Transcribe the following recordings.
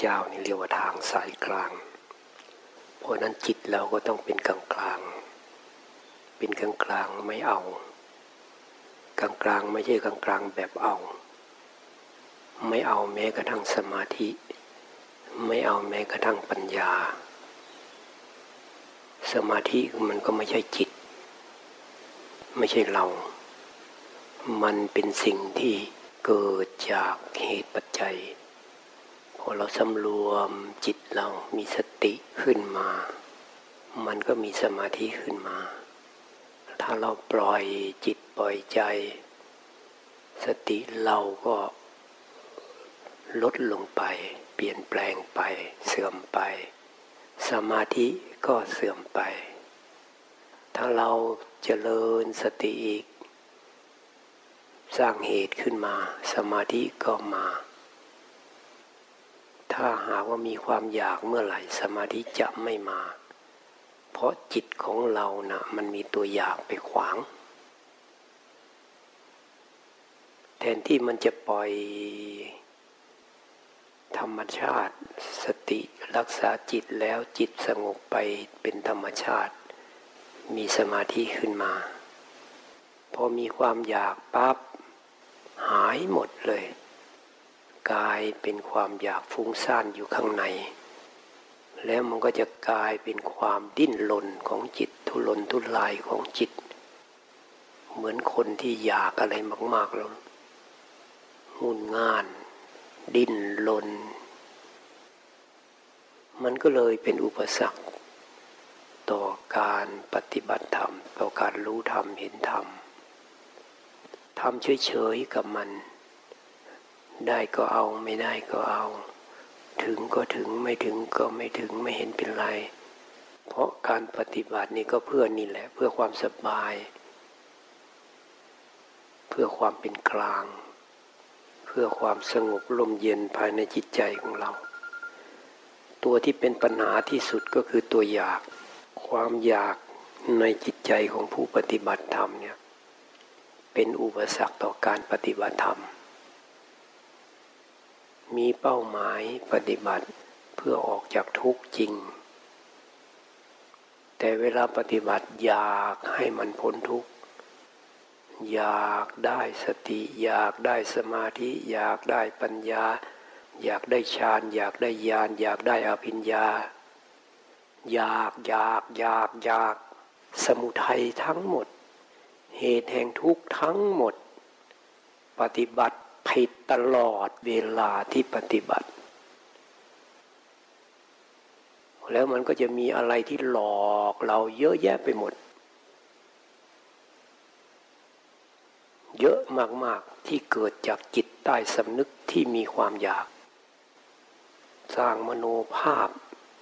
เจ้านี่เรียกว่าทางสายกลางเพราะนั้นจิตเราก็ต้องเป็นกลางกลางเป็นกลางกลางไม่เอากลางกลางไม่ใช่กลางกลางแบบเอาไม่เอาแม้กระทั่งสมาธิไม่เอาแม้กระทั่งปัญญาสมาธิมันก็ไม่ใช่จิตไม่ใช่เรามันเป็นสิ่งที่เกิดจากเหตุปัจจัยพอเราสำรวมจิตเรามีสติขึ้นมามันก็มีสมาธิขึ้นมาถ้าเราปล่อยจิตปล่อยใจสติเราก็ลดลงไปเปลี่ยนแปลงไปเสื่อมไปสมาธิก็เสื่อมไปถ้าเราเจริญสติอีกสร้างเหตุขึ้นมาสมาธิก็มาถ้าหากว่ามีความอยากเมื่อไหร่สมาธิจะไม่มาเพราะจิตของเรานะมันมีตัวอยากไปขวางแทนที่มันจะปล่อยธรรมชาติสติรักษาจิตแล้วจิตสงบไปเป็นธรรมชาติมีสมาธิขึ้นมาพอมีความอยากปั๊บหายหมดเลยกลายเป็นความอยากฟุ้งซ่านอยู่ข้างในแล้วมันก็จะกลายเป็นความดิ้นรนของจิตทุรนทุรายของจิตเหมือนคนที่อยากอะไรมากๆแล้วงุ่นง่านดิ้นรนมันก็เลยเป็นอุปสรรคต่อการปฏิบัติธรรมต่อการรู้ธรรมเห็นธรรมทำเฉยๆกับมันได้ก็เอาไม่ได้ก็เอาถึงก็ถึงไม่ถึงก็ไม่ถึงไม่เห็นเป็นไรเพราะการปฏิบัตินี่ก็เพื่อนี่แหละเพื่อความสบายเพื่อความเป็นกลางเพื่อความสงบลมเย็นภายในจิตใจของเราตัวที่เป็นปัญหาที่สุดก็คือตัวอยากความอยากในจิตใจของผู้ปฏิบัติธรรมเนี่ยเป็นอุปสรรคต่อการปฏิบัติธรรมมีเป้าหมายปฏิบัติเพื่อออกจากทุกข์จริงแต่เวลาปฏิบัติอยากให้มันพ้นทุกข์อยากได้สติอยากได้สมาธิอยากได้ปัญญาอยากได้ฌานอยากได้ญาณอยากได้อภิญญาอยากสมุทัยทั้งหมดเหตุแห่งทุกข์ทั้งหมดปฏิบัติผิดตลอดเวลาที่ปฏิบัติแล้วมันก็จะมีอะไรที่หลอกเราเยอะแยะไปหมดเยอะมากๆที่เกิดจากจิตใต้สำนึกที่มีความอยากสร้างมโนภาพ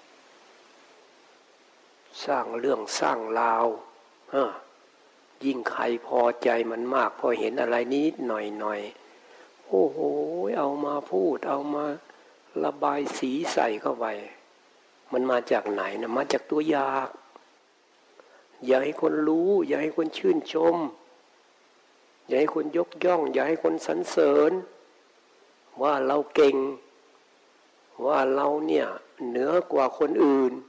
สร้างเรื่องสร้างราวยิ่งใครพอใจมันมากพอเห็นอะไรนิดหน่อยโอ้โหเอามาพูดเอามาระบายสีใส่เข้าไปมันมาจากไหนนะมาจากตัวอยากอยากให้คนรู้อยากให้คนชื่นชมอยากให้คนยกย่องอยากให้คนสรรเสริญว่าเราเก่งว่าเราเนี่ยเหนือกว่าคนอื่น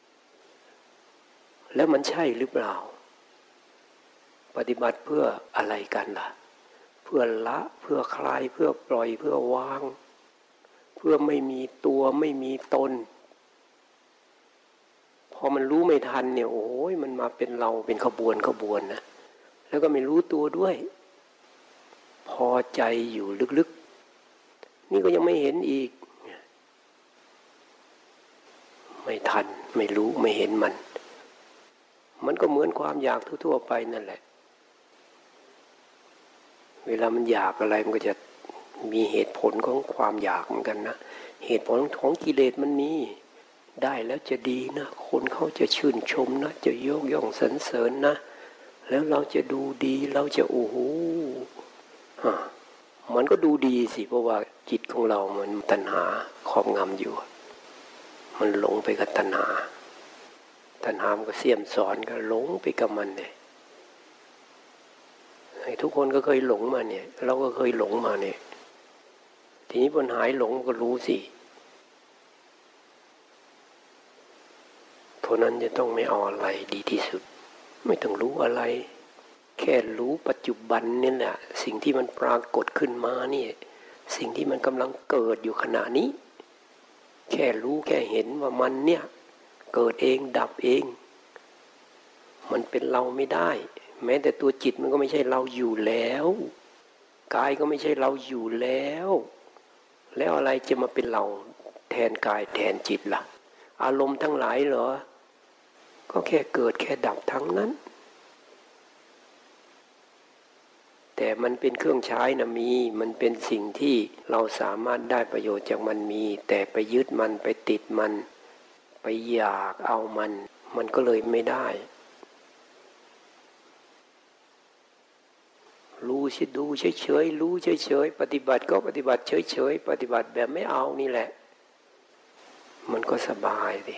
แล้วมันใช่หรือเปล่าปฏิบัติเพื่ออะไรกันล่ะเพื่อละเพื่อคลายเพื่อปล่อยเพื่อวางเพื่อไม่มีตัวไม่มีตนพอมันรู้ไม่ทันเนี่ยโอ้ยมันมาเป็นเราเป็นขบวนนะแล้วก็ไม่รู้ตัวด้วยพอใจอยู่ลึกๆนี่ก็ยังไม่เห็นอีกไม่ทันไม่รู้ไม่เห็นมันก็เหมือนความอยากทั่วๆไปนั่นแหละเวลามันอยากอะไรมันก็จะมีเหตุผลของความอยากเหมือนกันนะเหตุผลของกิเลสมันมีได้แล้วจะดีนะคนเขาจะชื่นชมนะจะยกย่องสรรเสริญนะแล้วเราจะดูดีเราจะโอ้โหมันก็ดูดีสิเพราะว่าจิตของเรามันตัณหาครอบงำอยู่มันหลงไปกับตัณหามันก็เสี่ยมสอนก็หลงไปกับมันเนี่ยทุกคนก็เคยหลงมาเนี่ยเราก็เคยหลงมาเนี่ยทีนี้ปัญหาหลงก็รู้สิราะนั้นจะต้องไม่เอาอะไรดีที่สุดไม่ต้องรู้อะไรแค่รู้ปัจจุบันนี่แหละสิ่งที่มันปรากฏขึ้นมานี่สิ่งที่มันกำลังเกิดอยู่ขณะนี้แค่รู้แค่เห็นว่ามันเนี่ยเกิดเองดับเองมันเป็นเราไม่ได้แม้แต่ตัวจิตมันก็ไม่ใช่เราอยู่แล้วกายก็ไม่ใช่เราอยู่แล้วแล้วอะไรจะมาเป็นเราแทนกายแทนจิตล่ะอารมณ์ทั้งหลายเหรอก็แค่เกิดแค่ดับทั้งนั้นแต่มันเป็นเครื่องใช้นะมันเป็นสิ่งที่เราสามารถได้ประโยชน์จากมันมีแต่ไปยึดมันไปติดมันไปอยากเอามันก็เลยไม่ได้รู้สิดูเฉยๆรู้เฉยๆปฏิบัติก็ปฏิบัติเฉยๆปฏิบัติแบบไม่เอานี่แหละมันก็สบายดิ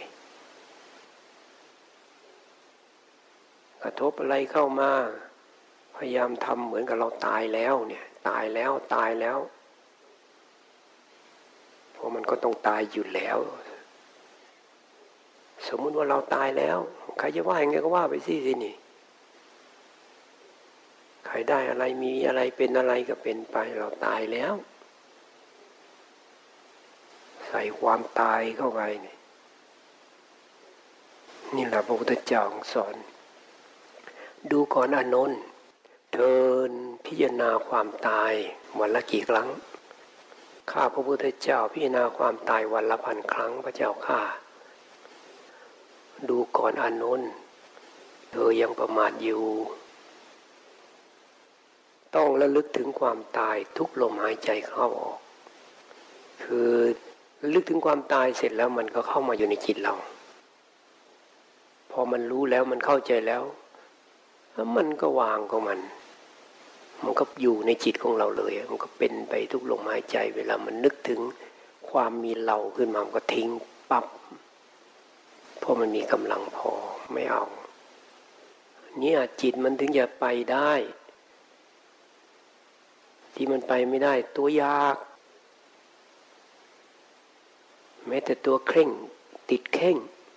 กระทบอะไรเข้ามาพยายามทำเหมือนกับเราตายแล้วเนี่ยตายแล้วเพราะมันก็ต้องตายอยู่แล้วสมมุติว่าเราตายแล้วใครจะว่าอย่างไงก็ว่าไปสินี่ใครได้อะไรมีอะไรเป็นอะไรก็เป็นไปเราตายแล้วใส่ความตายเข้าไปนี่แหละพระพุทธเจ้าสอนดูก่อนอานนท์เทินพิจารณาความตายวันละกี่ครั้งข้าพระพุทธเจ้าพิจารณาความตายวันละ1,000 ครั้งพระเจ้าข้าดูก่อนอานนท์เธอยังประมาทอยู่ต้องระลึกถึงความตายทุกลมหายใจเข้าออกคือระลึกถึงความตายเสร็จแล้วมันก็เข้ามาอยู่ในจิตเราพอมันรู้แล้วมันเข้าใจแล้วมันก็วางของมันก็อยู่ในจิตของเราเลยมันก็เป็นไปทุกลมหายใจเวลามันนึกถึงความมีเราขึ้นมามันก็ทิ้งปั๊บเพราะมันมีกำลังพอไม่เอาเนี่ยจิตมันถึงจะไปได้ที่มันไปไม่ได้ตัวยากแม้แต่ตัวเคร่งติดเข่ง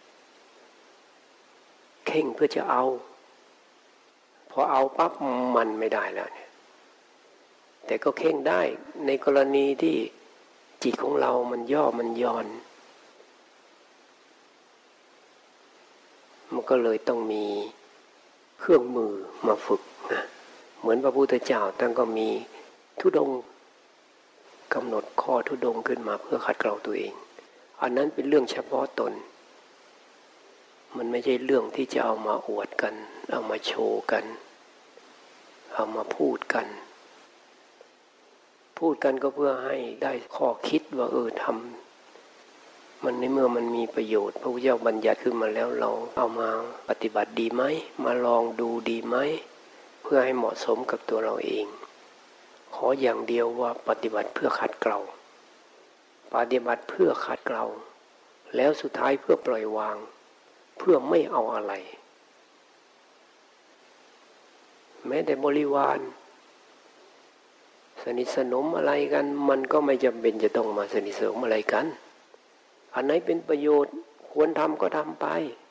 เพื่อจะเอาพอเอาปั๊บมันไม่ได้แล้วเนี่ยแต่ก็เข่งได้ในกรณีที่จิตของเรามันย่อมันย่อนมันก็เลยต้องมีเครื่องมือมาฝึกนะเหมือนพระพุทธเจ้าท่านก็มีธุดงค์กำหนดข้อธุดงค์ขึ้นมาเพื่อขัดเกลาตัวเองอันนั้นเป็นเรื่องเฉพาะตนมันไม่ใช่เรื่องที่จะเอามาอวดกันเอามาโชว์กันเอามาพูดกันก็เพื่อให้ได้ข้อคิดว่าทำมันในเมื่อมันมีประโยชน์พระพุทธเจ้าบัญญัติขึ้นมาแล้วเราเอามาปฏิบัติดีไหมมาลองดูดีไหมเพื่อให้เหมาะสมกับตัวเราเองขออย่างเดียวว่าปฏิบัติเพื่อขัดเกลาปฏิบัติเพื่อขัดเกลาแล้วสุดท้ายเพื่อปล่อยวางเพื่อไม่เอาอะไรแม้แต่บริวารสนิทสนมอะไรกันมันก็ไม่จำเป็นจะต้องมาสนิทสนมอะไรกันอันไหนเป็นประโยชน์ควรทำก็ทำไป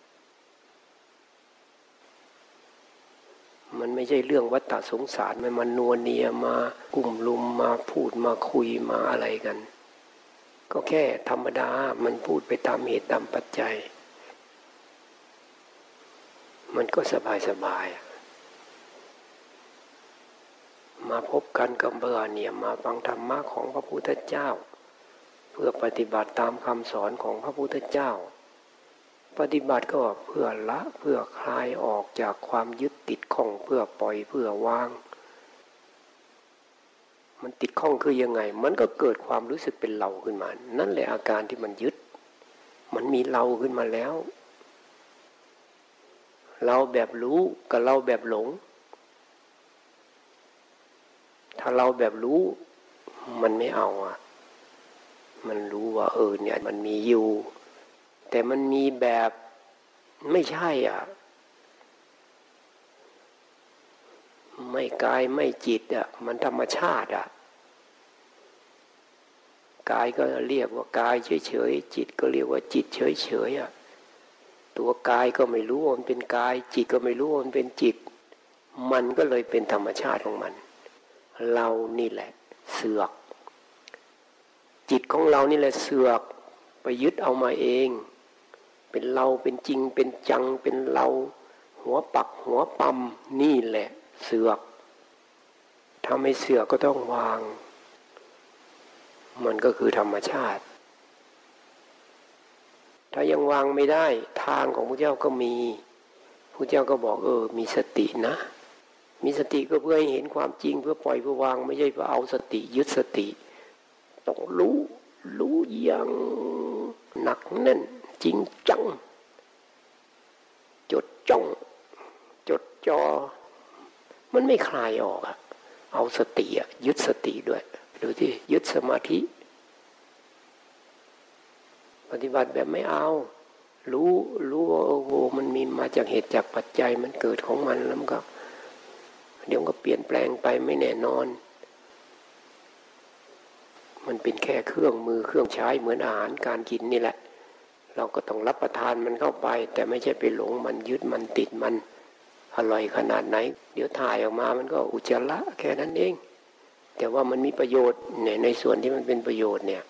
มันไม่ใช่เรื่องวัฏฏะสงสารมันนัวเนียมากลุ่มลุมมาพูดมาคุยมาอะไรกันก็แค่ธรรมดามันพูดไปตามเหตุตามปัจจัยมันก็สบายมาพบกันกับเบื่อเนี่ยมาฟังธรรมะของพระพุทธเจ้าเพื่อปฏิบัติตามคำสอนของพระพุทธเจ้าปฏิบัติก็เพื่อละเพื่อคลายออกจากความยึดติดข้องเพื่อปล่อยเพื่อวางมันติดข้องคือยังไงมันก็เกิดความรู้สึกเป็นเราขึ้นมานั่นแหละอาการที่มันยึดมันมีเราขึ้นมาแล้วเราแบบรู้กับเราแบบหลงถ้าเราแบบรู้มันไม่เอามันรู้ว่าเนี่ยมันมีอยู่แต่มันมีแบบไม่ใช่ไม่กายไม่จิตมันธรรมชาติกายก็เรียกว่ากายเฉยๆจิตก็เรียกว่าจิตเฉยตัวกายก็ไม่รู้ว่ามันเป็นกายจิตก็ไม่รู้ว่ามันเป็นจิตมันก็เลยเป็นธรรมชาติของมันเรานี่แหละเสือกจิตของเรานี่แหละเสือกไปยึดเอามาเองเป็นเราเป็นจริงเป็นจังเป็นเราหัวปักหัวปั๊มนี่แหละเสือกถ้าไม่เสือกก็ต้องวางมันก็คือธรรมชาติถ้ายังวางไม่ได้ทางของพระเจ้าก็มีพระเจ้าก็บอกมีสตินะมีสติก็เพื่อให้เห็นความจริงเพื่อปล่อยเพื่อวางไม่ใช่เพื่อเอาสติยึดสติต้องรู้อย่างหนักแน่นจริงจังจดจ้องจดจ่อมันไม่คลายออกอะเอาสติยึดสติด้วยดูที่ยึดสมาธิปฏิบัติแบบไม่เอารู้ว่าโอ้โหมันมีมาจากเหตุจากปัจจัยมันเกิดของมันแล้วมันก็เดี๋ยวก็เปลี่ยนแปลงไปไม่แน่นอนมันเป็นแค่เครื่องมือเครื่องใช้เหมือนอาหารการกินนี่แหละเราก็ต้องรับประทานมันเข้าไปแต่ไม่ใช่ไปหลงมันยึดมันติดมันอร่อยขนาดไหนเดี๋ยวถ่ายออกมามันก็อุจจาระแค่นั้นเองแต่ว่ามันมีประโยชน์ในส่วนที่มันเป็นประโยชน์เนี่ย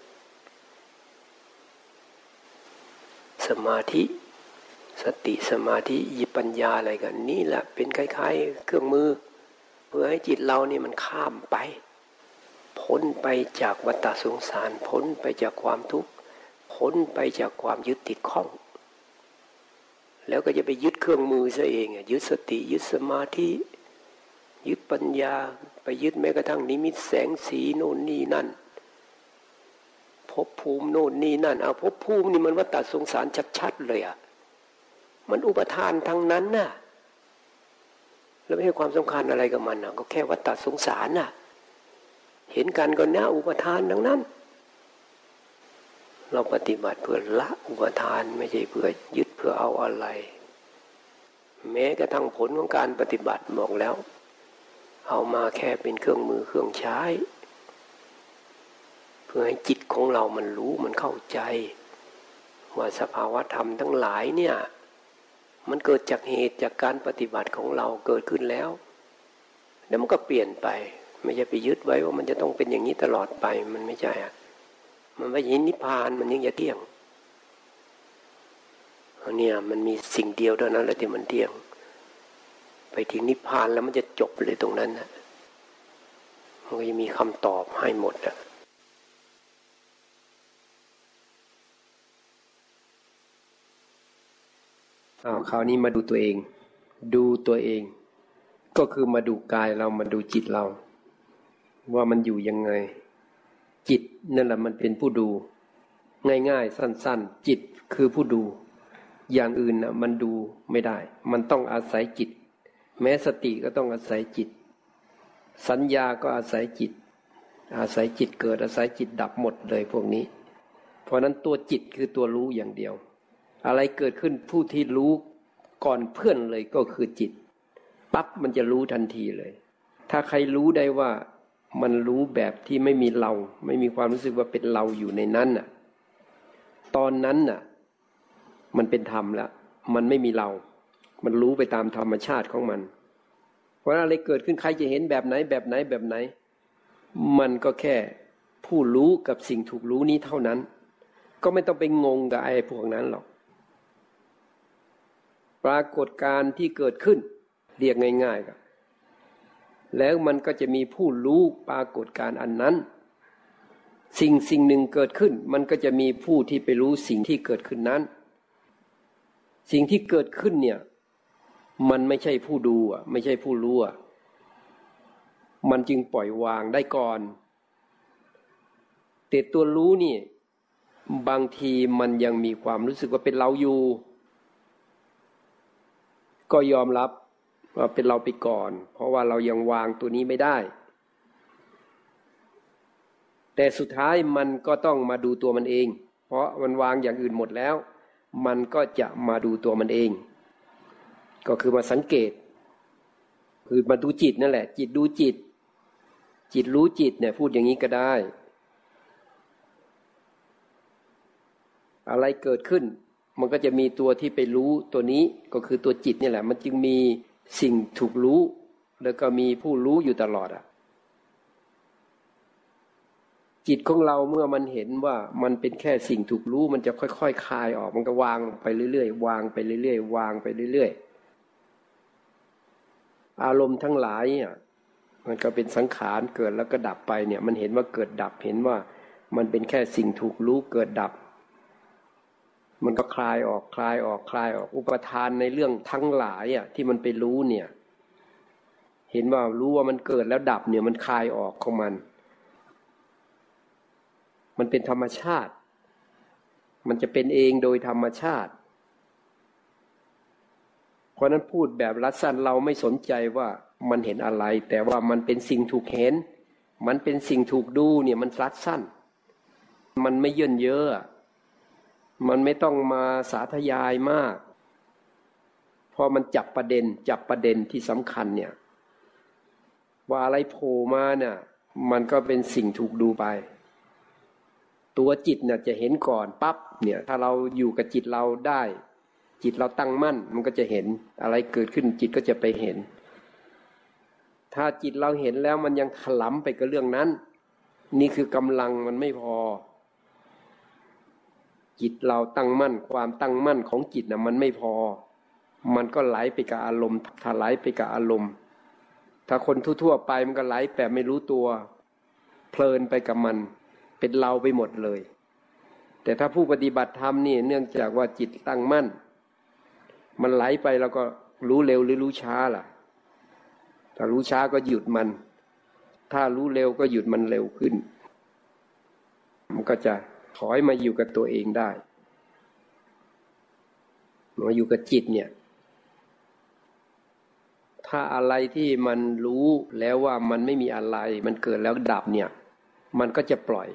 สมาธิสติสมาธิปัญญาอะไรกันนี่แหละเป็นคล้ายๆเครื่องมือเพื่อให้จิตเรานี่มันข้ามไปพ้นไปจากวัฏสงสารพ้นไปจากความทุกข์พ้นไปจากความยึดติดข้องแล้วก็จะไปยึดเครื่องมือซะเองยึดสติยึดสมาธิยึดปัญญาไปยึดแม้กระทั่งนิมิตแสงสีโน่นนี่นั่นภพภูมิโน่นนี่นั่นเอาภพภูมินี่มันวัฏสงสารชัดๆเลยมันอุปทานทั้งนั้นน่ะแล้วไม่ให้ความสำคัญอะไรกับมันก็แค่วัฏสงสารน่ะเห็นกันก็น่าอุปทานทั้งนั้นเราปฏิบัติเพื่อละอุปทานไม่ใช่เพื่อยึดเพื่อเอาอะไรแม้กระทั่งผลของการปฏิบัติบอกแล้วเอามาแค่เป็นเครื่องมือเครื่องใช้เพื่อให้จิตของเรามันรู้มันเข้าใจว่าสภาวะธรรมทั้งหลายเนี่ยมันเกิดจากเหตุจากการปฏิบัติของเราเกิดขึ้นแล้วมันก็เปลี่ยนไปไม่ใช่ไปยึดไว้ว่ามันจะต้องเป็นอย่างนี้ตลอดไปมันไม่ใช่มันไม่ยินนิพพานมันยังจะเที่ยงเนี่ยมันมีสิ่งเดียวเท่านั้นแหละที่มันเที่ยงไปถึงนิพพานแล้วมันจะจบเลยตรงนั้นนะมันก็จะมีคำตอบให้หมดคราวนี้มาดูตัวเองก็คือมาดูกายเรามาดูจิตเราว่ามันอยู่ยังไงจิตนั่นแหละมันเป็นผู้ดูง่ายๆสั้นๆจิตคือผู้ดูอย่างอื่นมันดูไม่ได้มันต้องอาศัยจิตแม้สติก็ต้องอาศัยจิตสัญญาก็อาศัยจิตเกิดอาศัยจิตดับหมดเลยพวกนี้เพราะนั้นตัวจิตคือตัวรู้อย่างเดียวอะไรเกิดขึ้นผู้ที่รู้ก่อนเพื่อนเลยก็คือจิตปั๊บมันจะรู้ทันทีเลยถ้าใครรู้ได้ว่ามันรู้แบบที่ไม่มีเราไม่มีความรู้สึกว่าเป็นเราอยู่ในนั้นตอนนั้นมันเป็นธรรมแล้วมันไม่มีเรามันรู้ไปตามธรรมชาติของมันเพราะอะไรเกิดขึ้นใครจะเห็นแบบไหนมันก็แค่ผู้รู้กับสิ่งถูกรู้นี้เท่านั้นก็ไม่ต้องไปงงกับไอ้พวกนั้นหรอกปรากฏการณ์ที่เกิดขึ้นเรียกง่ายๆก็แล้วมันก็จะมีผู้รู้ปรากฏการณ์อันนั้นสิ่งหนึ่งเกิดขึ้นมันก็จะมีผู้ที่ไปรู้สิ่งที่เกิดขึ้นนั้นสิ่งที่เกิดขึ้นเนี่ยมันไม่ใช่ผู้ดูไม่ใช่ผู้รู้มันจึงปล่อยวางได้ก่อนแต่ตัวรู้นี่บางทีมันยังมีความรู้สึกว่าเป็นเราอยู่ก็ยอมรับว่าเป็นเราไปก่อนเพราะว่าเรายังวางตัวนี้ไม่ได้แต่สุดท้ายมันก็ต้องมาดูตัวมันเองเพราะมันวางอย่างอื่นหมดแล้วมันก็จะมาดูตัวมันเองก็คือมาสังเกตคือมาดูจิตนั่นแหละจิตดูจิตรู้จิตเนี่ยพูดอย่างนี้ก็ได้ อะไรเกิดขึ้นมันก็จะมีตัวที่ไปรู้ตัวนี้ก็คือตัวจิตนี่แหละมันจึงมีสิ่งถูกรู้แล้วก็มีผู้รู้อยู่ตลอดจิตของเราเมื่อมันเห็นว่ามันเป็นแค่สิ่งถูกรู้มันจะค่อยๆคลายออกมันก็วางไปเรื่อยๆวางไปเรื่อยๆวางไปเรื่อยๆอารมณ์ทั้งหลายเนี่ยมันก็เป็นสังขารเกิดแล้วก็ดับไปเนี่ยมันเห็นว่าเกิดดับเห็นว่ามันเป็นแค่สิ่งถูกรู้เกิดดับมันก็คลายออกคลายออกคลายออกอุปทานในเรื่องทั้งหลายที่มันไปรู้เนี่ยเห็นว่ารู้ว่ามันเกิดแล้วดับเนี่ยมันคลายออกของมันเป็นธรรมชาติมันจะเป็นเองโดยธรรมชาติเพราะนั้นพูดแบบรัดสั้นเราไม่สนใจว่ามันเห็นอะไรแต่ว่ามันเป็นสิ่งถูกเห็นมันเป็นสิ่งถูกดูเนี่ยมันรัดสั้นมันไม่เยินเยอะมันไม่ต้องมาสาธยายมากพอมันจับประเด็นที่สำคัญเนี่ยว่าอะไรโผล่มาเนี่ยมันก็เป็นสิ่งถูกดูไปตัวจิตเนี่ยจะเห็นก่อนปั๊บเนี่ยถ้าเราอยู่กับจิตเราได้จิตเราตั้งมั่นมันก็จะเห็นอะไรเกิดขึ้นจิตก็จะไปเห็นถ้าจิตเราเห็นแล้วมันยังถลำไปกับเรื่องนั้นนี่คือกำลังมันไม่พอจิตเราตั้งมั่นความตั้งมั่นของจิตน่ะมันไม่พอมันก็ไหลไปกับอารมณ์ถ้าไหลไปกับอารมณ์ถ้าคนทั่วๆไปมันก็ไหลแบบไม่รู้ตัวเพลินไปกับมันเป็นเราไปหมดเลยแต่ถ้าผู้ปฏิบัติธรรมนี่เนื่องจากว่าจิตตั้งมั่นมันไหลไปแล้วก็รู้เร็วหรือรู้ช้าล่ะถ้ารู้ช้าก็หยุดมันถ้ารู้เร็วก็หยุดมันเร็วขึ้นมันก็จะถอยมาอยู่กับตัวเองได้มาอยู่กับจิตเนี่ยถ้าอะไรที่มันรู้แล้วว่ามันไม่มีอะไรมันเกิดแล้วดับเนี่ยมันก็จะปล่อย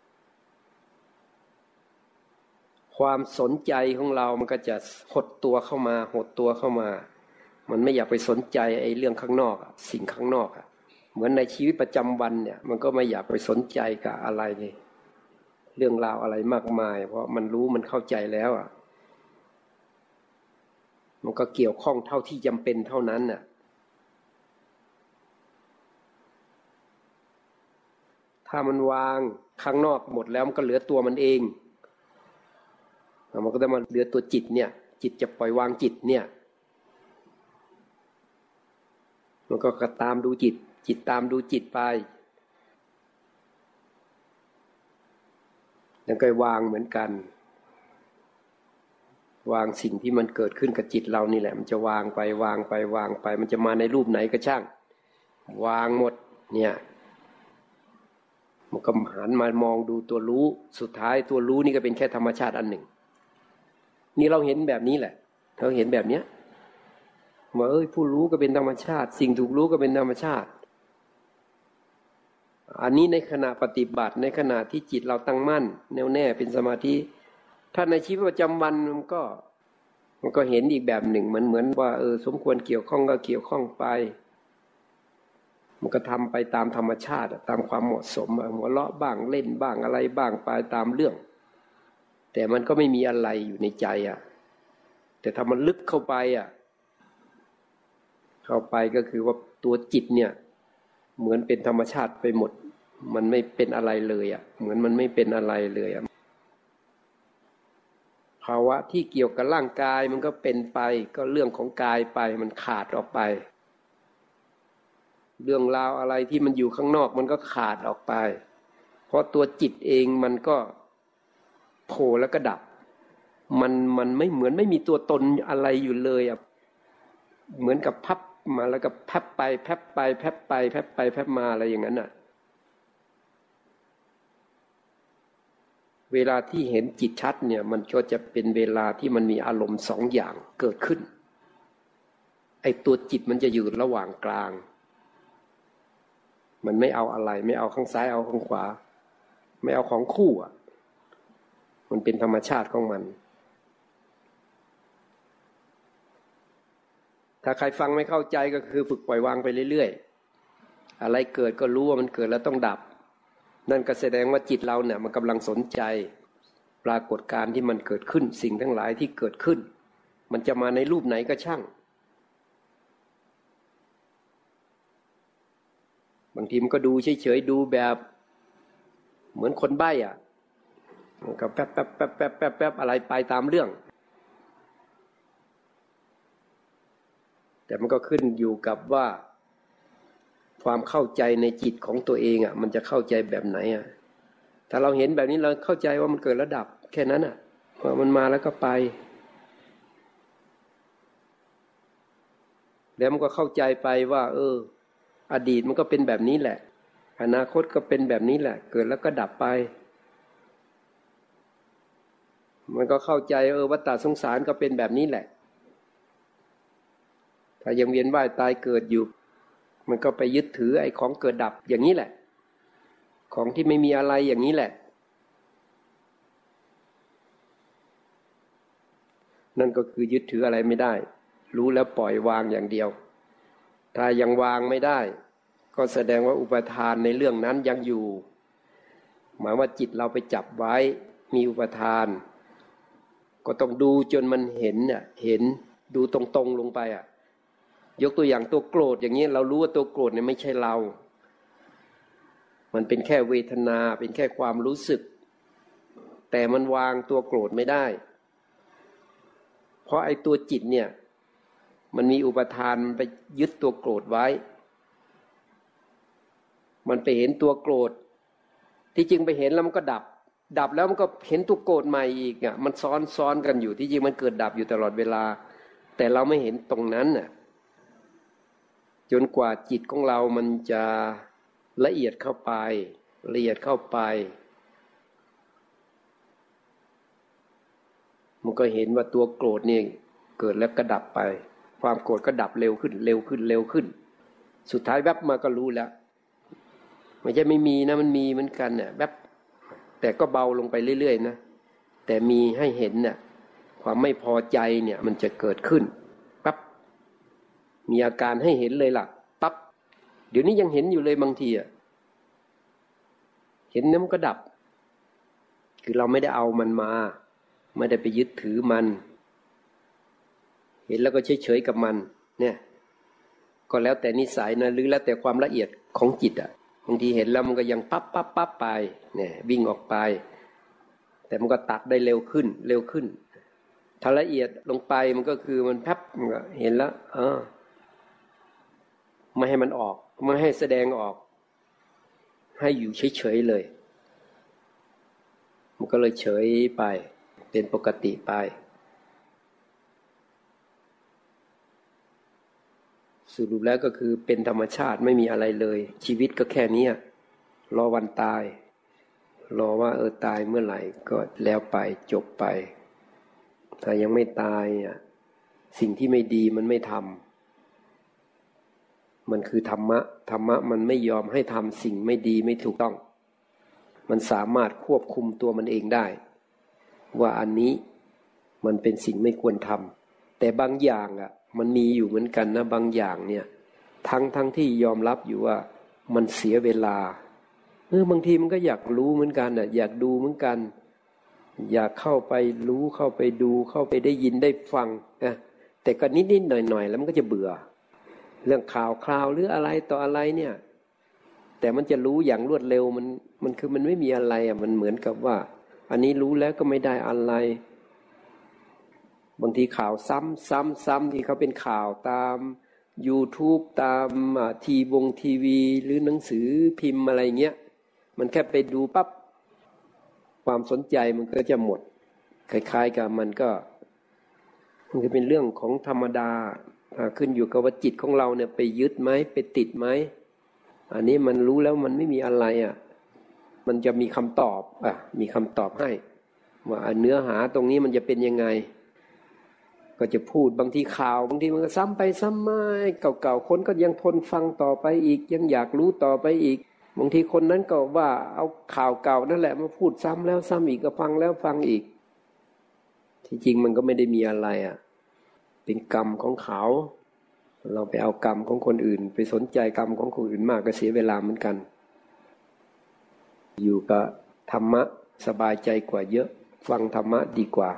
ความสนใจของเรามันก็จะหดตัวเข้ามามันไม่อยากไปสนใจไอ้เรื่องข้างนอกสิ่งข้างนอกเหมือนในชีวิตประจำวันเนี่ยมันก็ไม่อยากไปสนใจกับอะไรเลยเรื่องราวอะไรมากมายเพราะมันรู้มันเข้าใจแล้วมันก็เกี่ยวข้องเท่าที่จำเป็นเท่านั้นถ้ามันวางข้างนอกหมดแล้วมันก็เหลือตัวมันเองมันก็จะมาเหลือตัวจิตเนี่ยจิตจะปล่อยวางจิตเนี่ยมันก็ตามดูจิตตามดูจิตไปแล้วก็วางเหมือนกันวางสิ่งที่มันเกิดขึ้นกับจิตเรานี่แหละมันจะวางไปมันจะมาในรูปไหนก็ช่างวางหมดเนี่ยมันก็หันมามองดูตัวรู้สุดท้ายตัวรู้นี่ก็เป็นแค่ธรรมชาติอันหนึ่งนี่เราเห็นแบบนี้แหละเราเห็นแบบเนี้ยว่าผู้รู้ก็เป็นธรรมชาติสิ่งถูกรู้ก็เป็นธรรมชาติอันนี้ในขณะปฏิบัติในขณะที่จิตเราตั้งมั่นแน่วแน่เป็นสมาธิถ้าในชีวิตประจำวันมันก็เห็นอีกแบบหนึ่งมันเหมือนว่าสมควรเกี่ยวข้องก็เกี่ยวข้องไปมันก็ทำไปตามธรรมชาติตามความเหมาะสมหัวเราะบ้างเล่นบ้างอะไรบ้างไปตามเรื่องแต่มันก็ไม่มีอะไรอยู่ในใจแต่ถ้ามันลึกเข้าไปก็คือว่าตัวจิตเนี่ยเหมือนเป็นธรรมชาติไปหมดมันไม่เป็นอะไรเลยเหมือนมันไม่เป็นอะไรเลยภาวะที่เกี่ยวกับร่างกายมันก็เป็นไปก็เรื่องของกายไปมันขาดออกไปเรื่องราวอะไรที่มันอยู่ข้างนอกมันก็ขาดออกไปเพราะตัวจิตเองมันก็โผล่แล้วก็ดับมันไม่เหมือนไม่มีตัวตนอะไรอยู่เลยเหมือนกับพับมาแล้วก็แพบไปแพบไปแพบไปแพบไปแพบมาอะไรอย่างนั้นเวลาที่เห็นจิตชัดเนี่ยมันก็จะเป็นเวลาที่มันมีอารมณ์สองอย่างเกิดขึ้นไอ้ตัวจิตมันจะอยู่ระหว่างกลางมันไม่เอาอะไรไม่เอาข้างซ้ายเอาข้างขวาไม่เอาของคู่มันเป็นธรรมชาติของมันถ้าใครฟังไม่เข้าใจก็คือฝึกปล่อยวางไปเรื่อยๆอะไรเกิดก็รู้ว่ามันเกิดแล้วต้องดับนั่นก็แสดงว่าจิตเราเนี่ยมันกำลังสนใจปรากฏการณ์ที่มันเกิดขึ้นสิ่งทั้งหลายที่เกิดขึ้นมันจะมาในรูปไหนก็ช่างบางทีมันก็ดูเฉยๆดูแบบเหมือนคนใบ้อ่ะมันก็แป๊บแป๊บแป๊บแป๊บแป๊บแป๊บอะไรไปตามเรื่องแต่มันก็ขึ้นอยู่กับว่าความเข้าใจในจิตของตัวเองอ่ะมันจะเข้าใจแบบไหนอ่ะถ้าเราเห็นแบบนี้เราเข้าใจว่ามันเกิดระดับแค่นั้นอ่ะว่ามันมาแล้วก็ไปแล้วมันก็เข้าใจไปว่าอดีตมันก็เป็นแบบนี้แหละอนาคตก็เป็นแบบนี้แหละเกิดแล้วก็ดับไปมันก็เข้าใจวัฏฏะสงสารก็เป็นแบบนี้แหละถ้ายังเวียนว่ายตายเกิดอยู่มันก็ไปยึดถือไอ้ของเกิดดับอย่างนี้แหละของที่ไม่มีอะไรอย่างนี้แหละนั่นก็คือยึดถืออะไรไม่ได้รู้แล้วปล่อยวางอย่างเดียวถ้ายังวางไม่ได้ก็แสดงว่าอุปทานในเรื่องนั้นยังอยู่หมายว่าจิตเราไปจับไว้มีอุปทานก็ต้องดูจนมันเห็นเนี่ยเห็นดูตรงๆลงไปอ่ะยกตัวอย่างตัวโกรธอย่างนี้เรารู้ว่าตัวโกรธเนี่ยไม่ใช่เรามันเป็นแค่เวทนาเป็นแค่ความรู้สึกแต่มันวางตัวโกรธไม่ได้เพราะไอ้ตัวจิตเนี่ยมันมีอุปทานไปยึดตัวโกรธไว้มันไปเห็นตัวโกรธที่จริงไปเห็นแล้วมันก็ดับแล้วมันก็เห็นตัวโกรธใหม่อีกอ่ะมันซ้อนกันอยู่ที่จริงมันเกิดดับอยู่ตลอดเวลาแต่เราไม่เห็นตรงนั้นน่ะจนกว่าจิตของเรามันจะละเอียดเข้าไปมันก็เห็นว่าตัวโกรธนี่เกิดแล้วก็ดับไปความโกรธก็ดับเร็วขึ้นสุดท้ายแวบมาก็รู้แล้วไม่ใช่ไม่มีนะมันมีเหมือนกันเนี่ยแวบแต่ก็เบาลงไปเรื่อยๆนะแต่มีให้เห็นเนี่ยความไม่พอใจเนี่ยมันจะเกิดขึ้นปั๊บมีอาการให้เห็นเลยล่ะปั๊บเดี๋ยวนี้ยังเห็นอยู่เลยบางทีอ่ะเห็นแล้วมันก็ดับคือเราไม่ได้เอามันมาไม่ได้ไปยึดถือมันเห็นแล้วก็เฉยๆกับมันเนี่ยก็แล้วแต่นิสัยนะหรือแล้วแต่ความละเอียดของจิตอ่ะบางทีเห็นแล้วมันก็ยังปั๊บไปเนี่ยวิ่งออกไปแต่มันก็ตัดได้เร็วขึ้นถ้าละเอียดลงไปมันก็คือมันแป๊บมันก็เห็นแล้วไม่ให้มันออกไม่ให้แสดงออกให้อยู่เฉยๆเลยมันก็เลยเฉยไปเป็นปกติไปสรุปแล้วก็คือเป็นธรรมชาติไม่มีอะไรเลยชีวิตก็แค่นี้รอวันตายรอว่าตายเมื่อไหร่ก็แล้วไปจบไปถ้ายังไม่ตายสิ่งที่ไม่ดีมันไม่ทำมันคือธรรมะมันไม่ยอมให้ทำสิ่งไม่ดีไม่ถูกต้องมันสามารถควบคุมตัวมันเองได้ว่าอันนี้มันเป็นสิ่งไม่ควรทำแต่บางอย่างมันมีอยู่เหมือนกันนะบางอย่างเนี่ยทั้งที่ยอมรับอยู่ว่ามันเสียเวลาบางทีมันก็อยากรู้เหมือนกันอยากดูเหมือนกันอยากเข้าไปรู้เข้าไปดูเข้าไปได้ยินได้ฟังแต่ก็นิดหน่อยแล้วมันก็จะเบื่อเรื่องข่าวคราวหรืออะไรต่ออะไรเนี่ยแต่มันจะรู้อย่างรวดเร็วมันคือมันไม่มีอะไรมันเหมือนกับว่าอันนี้รู้แล้วก็ไม่ได้อะไรบางทีข่าวซ้ำที่เขาเป็นข่าวตาม YouTube ตามทีวีหรือหนังสือพิมพ์อะไรเงี้ยมันแค่ไปดูปั๊บความสนใจมันก็จะหมดคล้ายๆกับมันก็มันเป็นเรื่องของธรรมดาขึ้นอยู่กับว่าจิตของเราเนี่ยไปยึดไหมไปติดไหมอันนี้มันรู้แล้วมันไม่มีอะไรมันจะมีคำตอบมีคำตอบให้ว่าเนื้อหาตรงนี้มันจะเป็นยังไงก็จะพูดบางทีข่าวบางทีมันก็ซ้ำไปซ้ำมาเก่าๆคนก็ยังทนฟังต่อไปอีกยังอยากรู้ต่อไปอีกบางทีคนนั้นก็ว่าเอาข่าวเก่านั่นแหละมาพูดซ้ำแล้วซ้ำอีกก็ฟังแล้วฟังอีกที่จริงมันก็ไม่ได้มีอะไรเป็นกรรมของเขาเราไปเอากรรมของคนอื่นไปสนใจกรรมของคนอื่นมากก็เสียเวลาเหมือนกันอยู่กับธรรมะสบายใจกว่าเยอะฟังธรรมะดีกว่า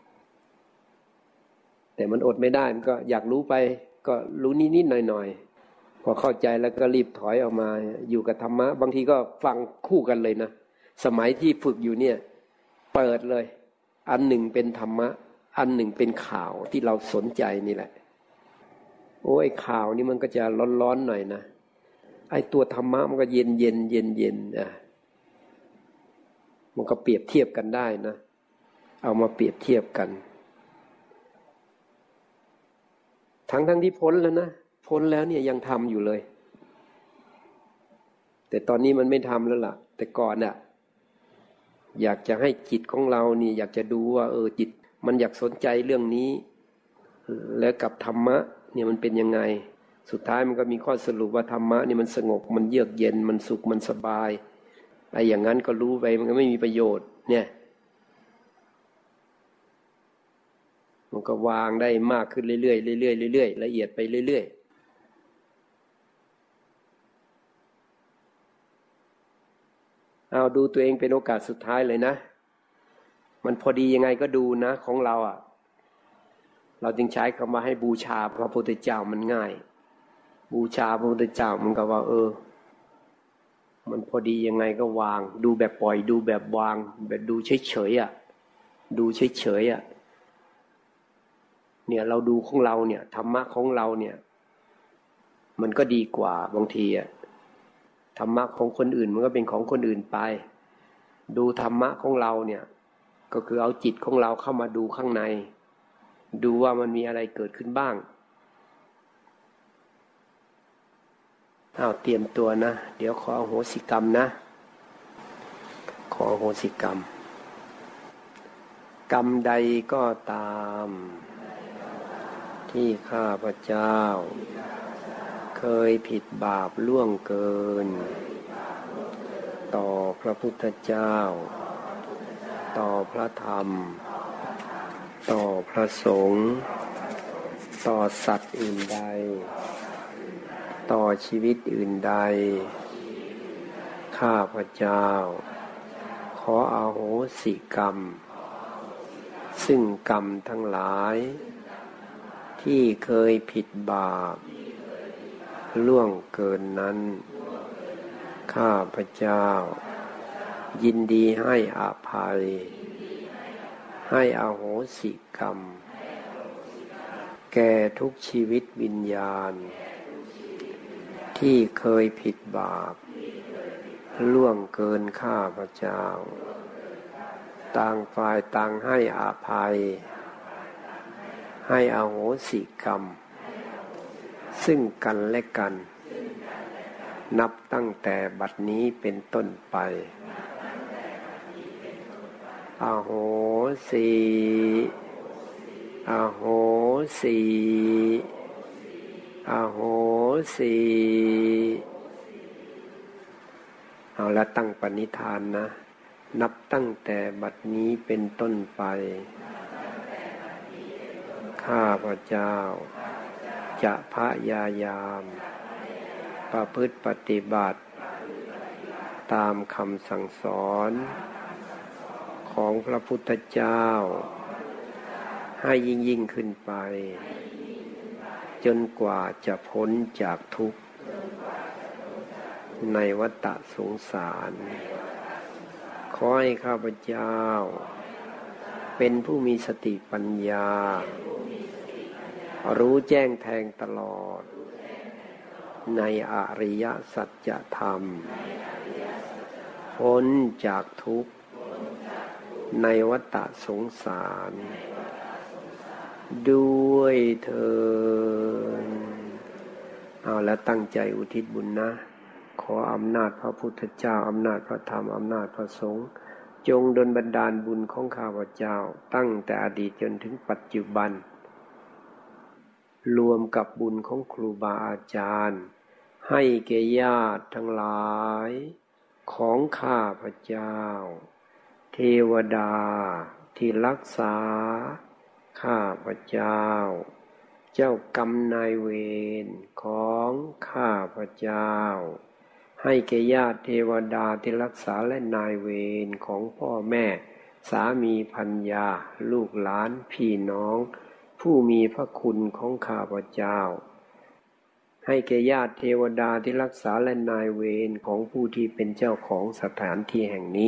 แต่มันอดไม่ได้มันก็อยากรู้ไปก็รู้นิดๆหน่อยๆพอเข้าใจแล้วก็รีบถอยออกมาอยู่กับธรรมะบางทีก็ฟังคู่กันเลยนะสมัยที่ฝึกอยู่เนี่ยเปิดเลยอันหนึ่งเป็นธรรมะอันหนึ่งเป็นข่าวที่เราสนใจนี่แหละโอ้ยข่าวนี่มันก็จะร้อนๆหน่อยนะไอ้ตัวธรรมะมันก็เย็นมันก็เปรียบเทียบกันได้นะเอามาเปรียบเทียบกันทั้งที่พ้นแล้วนะพ้นแล้วเนี่ยยังทำอยู่เลยแต่ตอนนี้มันไม่ทำแล้วล่ะแต่ก่อนน่ะอยากจะให้จิตของเรานี่อยากจะดูว่าจิตมันอยากสนใจเรื่องนี้แล้วกับธรรมะเนี่ยมันเป็นยังไงสุดท้ายมันก็มีข้อสรุปว่าธรรมะนี่มันสงบมันเยือกเย็นมันสุขมันสบายไอ้อย่างนั้นก็รู้ไปมันก็ไม่มีประโยชน์เนี่ยมันก็วางได้มากขึ้นเรื่อยๆเรื่อยๆเรื่อยๆละเอียดไปเรื่อยๆเอาดูตัวเองเป็นโอกาสสุดท้ายเลยนะมันพอดียังไงก็ดูนะของเราอ่ะเราจึงใช้คำว่าให้บูชาพระพุทธเจ้ามันง่ายบูชาพระพุทธเจ้ามันก็ว่ามันพอดียังไงก็วางดูแบบปล่อยดูแบบวางแบบดูเฉยๆอ่ะดูเฉยๆอ่ะเนี่ยเราดูของเราเนี่ยธรรมะของเราเนี่ยมันก็ดีกว่าบางทีอ่ะธรรมะของคนอื่นมันก็เป็นของคนอื่นไปดูธรรมะของเราเนี่ยก็คือเอาจิตของเราเข้ามาดูข้างในดูว่ามันมีอะไรเกิดขึ้นบ้างเตรียมตัวนะเดี๋ยวขออโหสิกรรมนะขออโหสิกรรมกรรมใดก็ตามที่ข้าพเจ้าเคยผิดบาปล่วงเกินต่อพระพุทธเจ้าต่อพระธรรมต่อพระสงฆ์ต่อสัตว์อื่นใดต่อชีวิตอื่นใดข้าพเจ้าขออโหสิกรรมซึ่งกรรมทั้งหลายที่เคยผิดบาปล่วงเกินนั้นข้าพเจ้ายินดีให้อภัยให้อโหสิกรรมแก่ทุกชีวิตวิญญาณที่เคยผิดบาปล่วงเกินข้าพเจ้าต่างฝ่ายต่างให้อภัยให้อโหสิกรรมซึ่งกันและกันนับตั้งแต่บัดนี้เป็นต้นไปอโหสิอโหสิอโหสิเอาละตั้งปณิธานนะนับตั้งแต่บัดนี้เป็นต้นไปข้าพเจ้าจะพยายามประพฤติปฏิบัติตามคำสั่งสอนของพระพุทธเจ้าให้ยิ่งขึ้นไปจนกว่าจะพ้นจากทุกข์ในวัฏสงสารขอให้ข้าพเจ้าเป็นผู้มีสติปัญญารู้แจ้งแทงตลอดในอริยสัจธรรมพ้นจากทุกข์ในวัฏสงสารด้วยเถิดเอาแล้วตั้งใจอุทิศบุญนะขออำนาจพระพุทธเจ้าอำนาจพระธรรมอำนาจพระสงฆ์จงดลบันดาลบุญของข้าพเจ้าตั้งแต่อดีตจนถึงปัจจุบันรวมกับบุญของครูบาอาจารย์ให้แก่ญาติทั้งหลายของข้าพเจ้าเทวดาที่รักษาข้าพเจ้าเจ้ากรรมนายเวรของข้าพเจ้าให้แก่ญาติเทวดาที่รักษาและนายเวรของพ่อแม่สามีภรรยาลูกหลานพี่น้องผู้มีพระคุณของข้าพเจ้าให้แก่ญาติเทวดาที่รักษาและนายเวรของผู้ที่เป็นเจ้าของสถานที่แห่งนี้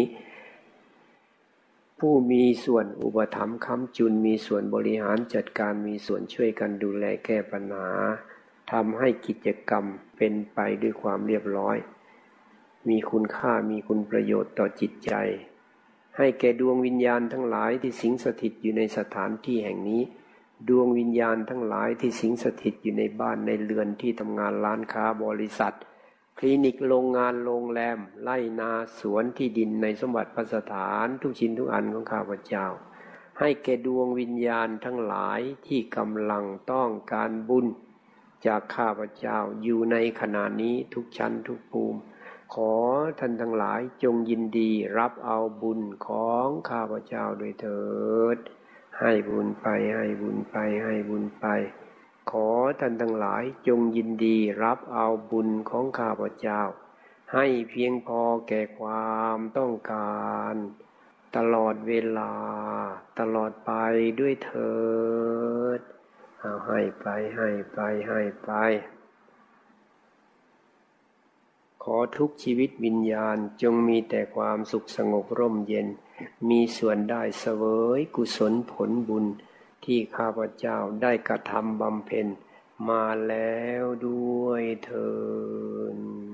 ผู้มีส่วนอุปถัมภ์ค้ำจุนมีส่วนบริหารจัดการมีส่วนช่วยกันดูแลแก้ปัญหาทำให้กิจกรรมเป็นไปด้วยความเรียบร้อยมีคุณค่ามีคุณประโยชน์ต่อจิตใจให้แก่ดวงวิญญาณทั้งหลายที่สิงสถิตอยู่ในสถานที่แห่งนี้ดวงวิญญาณทั้งหลายที่สิงสถิตอยู่ในบ้านในเรือนที่ทำงานร้านค้าบริษัทคลินิกโรงงานโรงแรมไร่นาสวนที่ดินในสมบัติพัสถานทุกชิ้นทุกอันของข้าพเจ้าให้แก่ดวงวิญญาณทั้งหลายที่กำลังต้องการบุญจากข้าพเจ้าอยู่ในขณะนี้ทุกชั้นทุกภูมิขอท่านทั้งหลายจงยินดีรับเอาบุญของข้าพเจ้าโดยเถิดให้บุญไปให้บุญไปให้บุญไปขอท่านทั้งหลายจงยินดีรับเอาบุญของข้าพเจ้าให้เพียงพอแก่ความต้องการตลอดเวลาตลอดไปด้วยเถิดเอาให้ไปให้ไปให้ไปขอทุกชีวิตวิญญาณจงมีแต่ความสุขสงบร่มเย็นมีส่วนได้เสวยกุศลผลบุญที่ข้าพเจ้าได้กระทำบำเพ็ญมาแล้วด้วยเถิด